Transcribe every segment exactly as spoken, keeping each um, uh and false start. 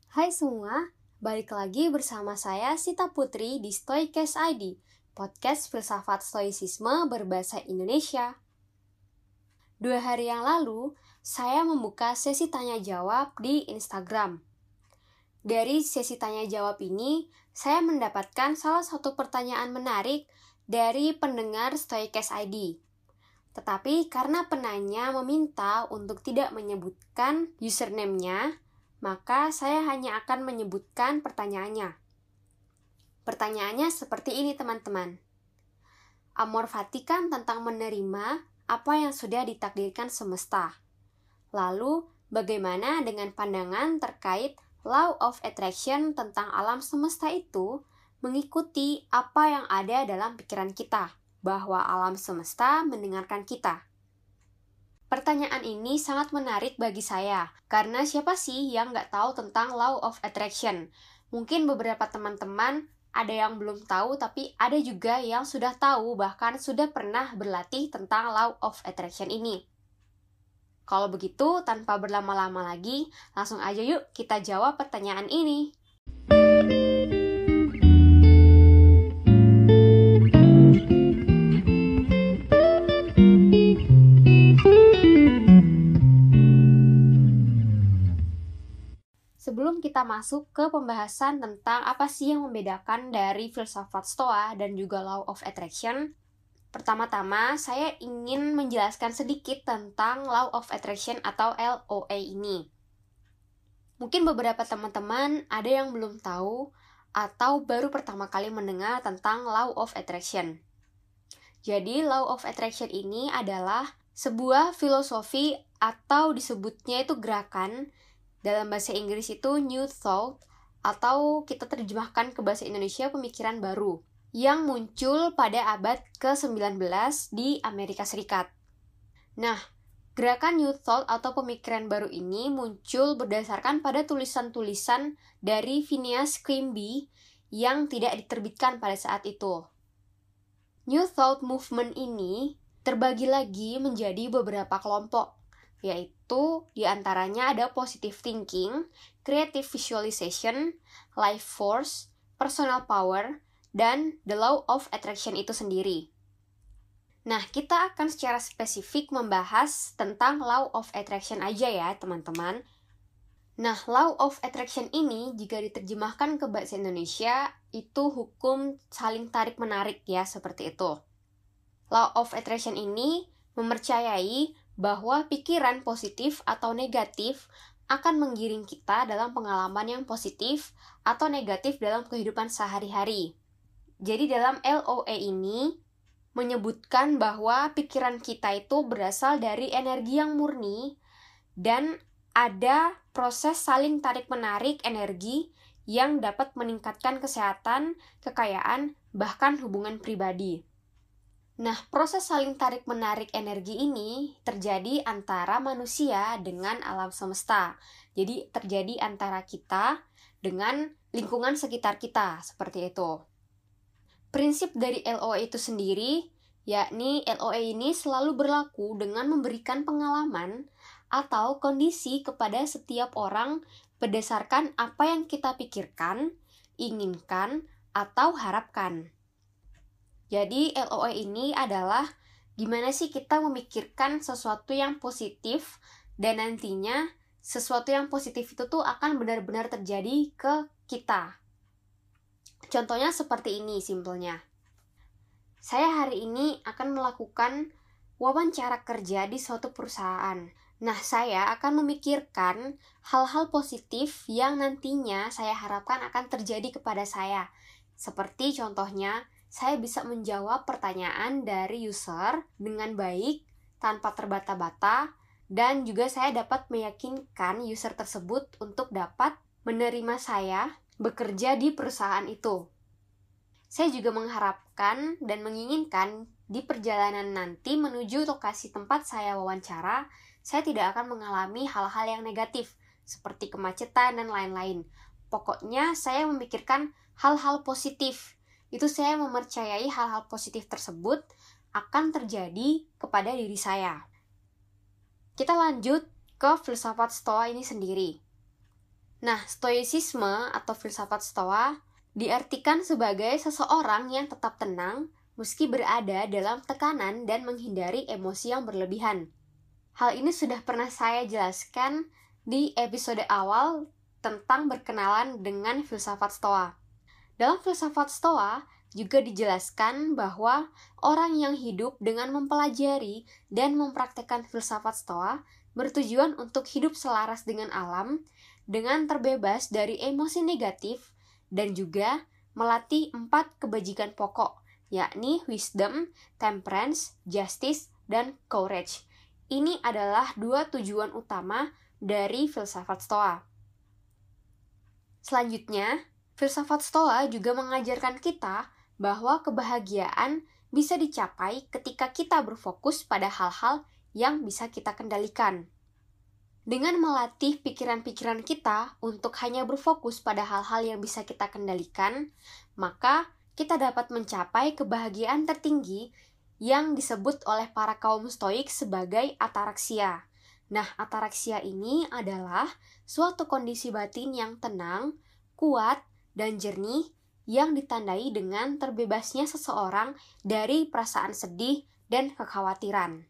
Hai semua, balik lagi bersama saya Sita Putri di Stoikes I D, podcast filsafat stoicisme berbahasa Indonesia. Dua hari yang lalu, saya membuka sesi tanya-jawab di Instagram. Dari sesi tanya-jawab ini, saya mendapatkan salah satu pertanyaan menarik dari pendengar Stoikes I D. Tetapi karena penanya meminta untuk tidak menyebutkan username-nya, maka saya hanya akan menyebutkan pertanyaannya. Pertanyaannya seperti ini, teman-teman. Amor fati kan tentang menerima apa yang sudah ditakdirkan semesta. Lalu, bagaimana dengan pandangan terkait law of attraction tentang alam semesta itu mengikuti apa yang ada dalam pikiran kita, bahwa alam semesta mendengarkan kita? Pertanyaan ini sangat menarik bagi saya, karena siapa sih yang nggak tahu tentang Law of Attraction? Mungkin beberapa teman-teman ada yang belum tahu, tapi ada juga yang sudah tahu, bahkan sudah pernah berlatih tentang Law of Attraction ini. Kalau begitu, tanpa berlama-lama lagi, langsung aja yuk kita jawab pertanyaan ini. Sebelum kita masuk ke pembahasan tentang apa sih yang membedakan dari filsafat Stoa dan juga Law of Attraction, pertama-tama saya ingin menjelaskan sedikit tentang Law of Attraction atau L O A ini. Mungkin beberapa teman-teman ada yang belum tahu atau baru pertama kali mendengar tentang Law of Attraction. Jadi, Law of Attraction ini adalah sebuah filosofi atau disebutnya itu gerakan. Dalam bahasa Inggris itu New Thought, atau kita terjemahkan ke bahasa Indonesia pemikiran baru, yang muncul pada abad ke sembilan belas di Amerika Serikat. Nah, gerakan New Thought atau pemikiran baru ini muncul berdasarkan pada tulisan-tulisan dari Phineas Quimby yang tidak diterbitkan pada saat itu. New Thought Movement ini terbagi lagi menjadi beberapa kelompok, yaitu diantaranya ada positive thinking, creative visualization, life force, personal power, dan the law of attraction itu sendiri. Nah, kita akan secara spesifik membahas tentang law of attraction aja ya, teman-teman. Nah, law of attraction ini jika diterjemahkan ke bahasa Indonesia, itu hukum saling tarik-menarik ya, seperti itu. Law of attraction ini mempercayai bahwa pikiran positif atau negatif akan menggiring kita dalam pengalaman yang positif atau negatif dalam kehidupan sehari-hari. Jadi dalam L O A ini menyebutkan bahwa pikiran kita itu berasal dari energi yang murni dan ada proses saling tarik-menarik energi yang dapat meningkatkan kesehatan, kekayaan, bahkan hubungan pribadi. Nah, proses saling tarik-menarik energi ini terjadi antara manusia dengan alam semesta. Jadi, terjadi antara kita dengan lingkungan sekitar kita, seperti itu. Prinsip dari L O A itu sendiri, yakni L O A ini selalu berlaku dengan memberikan pengalaman atau kondisi kepada setiap orang berdasarkan apa yang kita pikirkan, inginkan, atau harapkan. Jadi L O A ini adalah gimana sih kita memikirkan sesuatu yang positif dan nantinya sesuatu yang positif itu tuh akan benar-benar terjadi ke kita. Contohnya seperti ini simpelnya. Saya hari ini akan melakukan wawancara kerja di suatu perusahaan. Nah, saya akan memikirkan hal-hal positif yang nantinya saya harapkan akan terjadi kepada saya. Seperti contohnya, saya bisa menjawab pertanyaan dari user dengan baik, tanpa terbata-bata, dan juga saya dapat meyakinkan user tersebut untuk dapat menerima saya bekerja di perusahaan itu. Saya juga mengharapkan dan menginginkan di perjalanan nanti menuju lokasi tempat saya wawancara, saya tidak akan mengalami hal-hal yang negatif, seperti kemacetan dan lain-lain. Pokoknya saya memikirkan hal-hal positif. Itu saya mempercayai hal-hal positif tersebut akan terjadi kepada diri saya. Kita lanjut ke filsafat Stoa ini sendiri. Nah, stoicisme atau filsafat stoa diartikan sebagai seseorang yang tetap tenang meski berada dalam tekanan dan menghindari emosi yang berlebihan. Hal ini sudah pernah saya jelaskan di episode awal tentang berkenalan dengan filsafat stoa. Dalam filsafat stoa juga dijelaskan bahwa orang yang hidup dengan mempelajari dan mempraktekkan filsafat stoa bertujuan untuk hidup selaras dengan alam, dengan terbebas dari emosi negatif, dan juga melatih empat kebajikan pokok, yakni wisdom, temperance, justice, dan courage. Ini adalah dua tujuan utama dari filsafat stoa. Selanjutnya, filsafat stoa juga mengajarkan kita bahwa kebahagiaan bisa dicapai ketika kita berfokus pada hal-hal yang bisa kita kendalikan. Dengan melatih pikiran-pikiran kita untuk hanya berfokus pada hal-hal yang bisa kita kendalikan, maka kita dapat mencapai kebahagiaan tertinggi yang disebut oleh para kaum stoik sebagai ataraksia. Nah, ataraksia ini adalah suatu kondisi batin yang tenang, kuat, dan jernih yang ditandai dengan terbebasnya seseorang dari perasaan sedih dan kekhawatiran.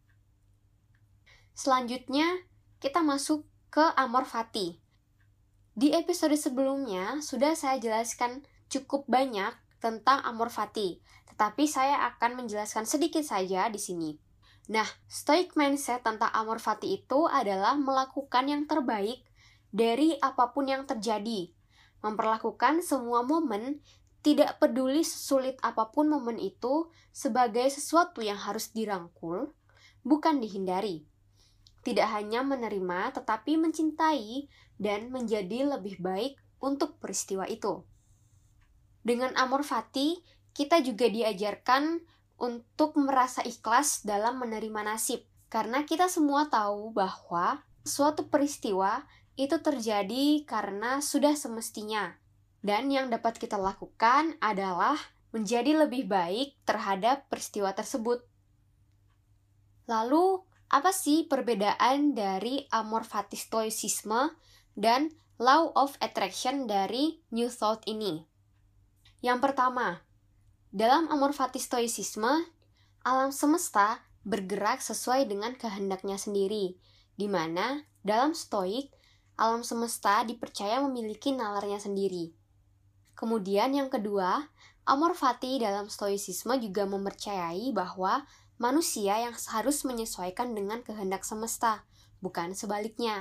Selanjutnya, kita masuk ke amor fati. Di episode sebelumnya sudah saya jelaskan cukup banyak tentang amor fati, tetapi saya akan menjelaskan sedikit saja di sini. Nah, stoic mindset tentang amor fati itu adalah melakukan yang terbaik dari apapun yang terjadi, memperlakukan semua momen, tidak peduli sesulit apapun momen itu, sebagai sesuatu yang harus dirangkul, bukan dihindari. Tidak hanya menerima, tetapi mencintai dan menjadi lebih baik untuk peristiwa itu. Dengan amor fati, kita juga diajarkan untuk merasa ikhlas dalam menerima nasib, karena kita semua tahu bahwa suatu peristiwa itu terjadi karena sudah semestinya. Dan yang dapat kita lakukan adalah menjadi lebih baik terhadap peristiwa tersebut. Lalu, apa sih perbedaan dari amor fati stoicisme dan law of attraction dari New Thought ini? Yang pertama, dalam amor fati stoicisme, alam semesta bergerak sesuai dengan kehendaknya sendiri, di mana dalam stoik, alam semesta dipercaya memiliki nalarnya sendiri. Kemudian yang kedua, amor fati dalam stoicisme juga mempercayai bahwa manusia yang harus menyesuaikan dengan kehendak semesta, bukan sebaliknya.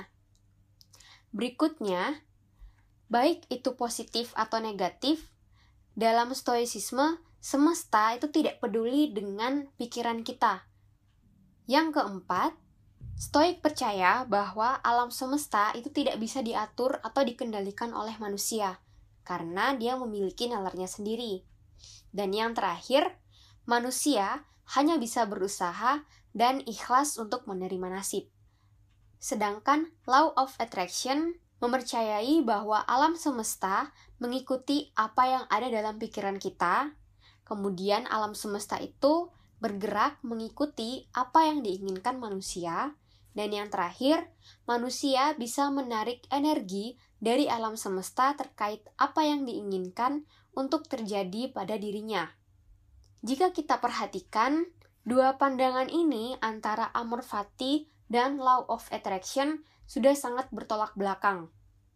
Berikutnya, baik itu positif atau negatif, dalam stoicisme, semesta itu tidak peduli dengan pikiran kita. Yang keempat, stoik percaya bahwa alam semesta itu tidak bisa diatur atau dikendalikan oleh manusia, karena dia memiliki nalarnya sendiri. Dan yang terakhir, manusia hanya bisa berusaha dan ikhlas untuk menerima nasib. Sedangkan law of attraction mempercayai bahwa alam semesta mengikuti apa yang ada dalam pikiran kita, kemudian alam semesta itu bergerak mengikuti apa yang diinginkan manusia, dan yang terakhir, manusia bisa menarik energi dari alam semesta terkait apa yang diinginkan untuk terjadi pada dirinya. Jika kita perhatikan, dua pandangan ini antara amor fati dan law of attraction sudah sangat bertolak belakang.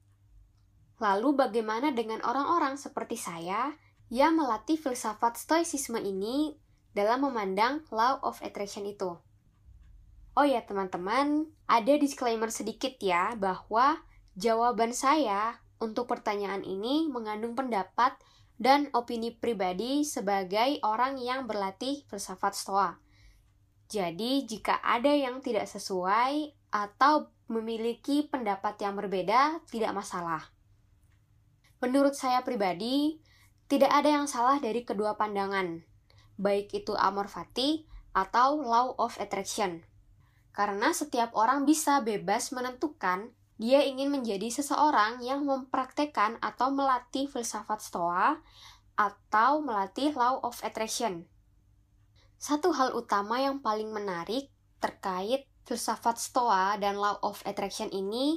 Lalu bagaimana dengan orang-orang seperti saya yang melatih filsafat stoicisme ini dalam memandang law of attraction itu? Oh ya teman-teman, ada disclaimer sedikit ya bahwa jawaban saya untuk pertanyaan ini mengandung pendapat dan opini pribadi sebagai orang yang berlatih filsafat stoa. Jadi, jika ada yang tidak sesuai atau memiliki pendapat yang berbeda, tidak masalah. Menurut saya pribadi, tidak ada yang salah dari kedua pandangan, baik itu amor fati atau law of attraction. Karena setiap orang bisa bebas menentukan dia ingin menjadi seseorang yang mempraktekkan atau melatih filsafat stoa atau melatih law of attraction. Satu hal utama yang paling menarik terkait filsafat stoa dan law of attraction ini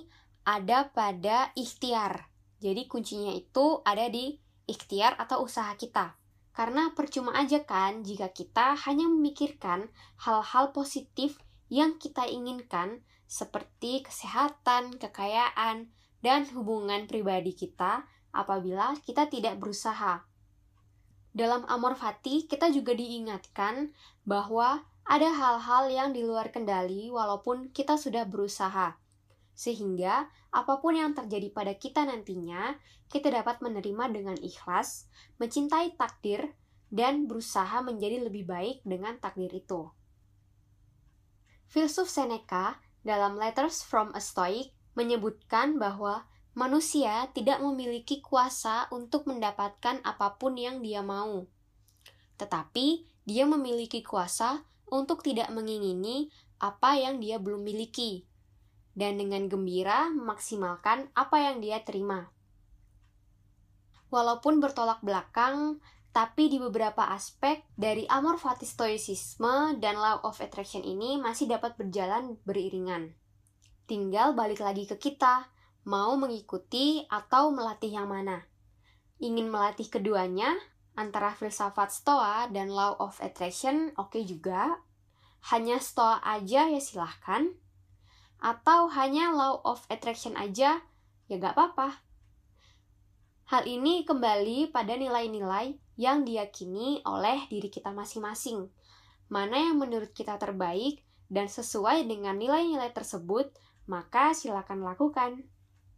ada pada ikhtiar. Jadi kuncinya itu ada di ikhtiar atau usaha kita. Karena percuma aja kan jika kita hanya memikirkan hal-hal positif yang kita inginkan seperti kesehatan, kekayaan, dan hubungan pribadi kita apabila kita tidak berusaha. Dalam Amor Fati, kita juga diingatkan bahwa ada hal-hal yang di luar kendali walaupun kita sudah berusaha. Sehingga apapun yang terjadi pada kita nantinya, kita dapat menerima dengan ikhlas, mencintai takdir, dan berusaha menjadi lebih baik dengan takdir itu. Filsuf Seneca dalam Letters from a Stoic menyebutkan bahwa manusia tidak memiliki kuasa untuk mendapatkan apapun yang dia mau. Tetapi dia memiliki kuasa untuk tidak mengingini apa yang dia belum miliki, dan dengan gembira memaksimalkan apa yang dia terima. Walaupun bertolak belakang, tapi di beberapa aspek dari Amor Fati Stoicisme dan Law of Attraction ini masih dapat berjalan beriringan. Tinggal balik lagi ke kita, mau mengikuti atau melatih yang mana. Ingin melatih keduanya, antara filsafat Stoa dan Law of Attraction oke juga. Hanya Stoa aja ya silahkan. Atau hanya Law of Attraction aja, ya gak apa-apa. Hal ini kembali pada nilai-nilai yang diyakini oleh diri kita masing-masing. Mana yang menurut kita terbaik dan sesuai dengan nilai-nilai tersebut, maka silakan lakukan.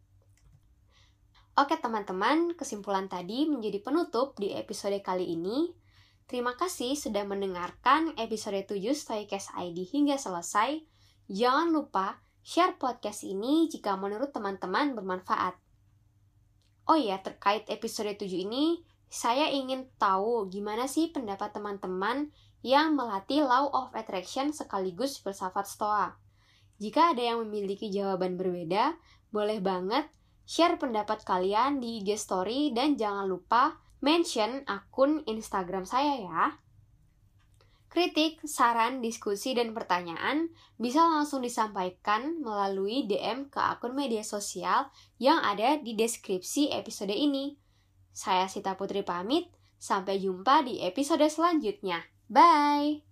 Oke teman-teman, kesimpulan tadi menjadi penutup di episode kali ini. Terima kasih sudah mendengarkan episode tujuh Stoicast I D hingga selesai. Jangan lupa share podcast ini jika menurut teman-teman bermanfaat. Oh iya, terkait episode tujuh ini, saya ingin tahu gimana sih pendapat teman-teman yang melatih Law of Attraction sekaligus filsafat Stoa. Jika ada yang memiliki jawaban berbeda, boleh banget share pendapat kalian di I G Story dan jangan lupa mention akun Instagram saya ya. Kritik, saran, diskusi, dan pertanyaan bisa langsung disampaikan melalui D M ke akun media sosial yang ada di deskripsi episode ini. Saya Sita Putri pamit, sampai jumpa di episode selanjutnya. Bye!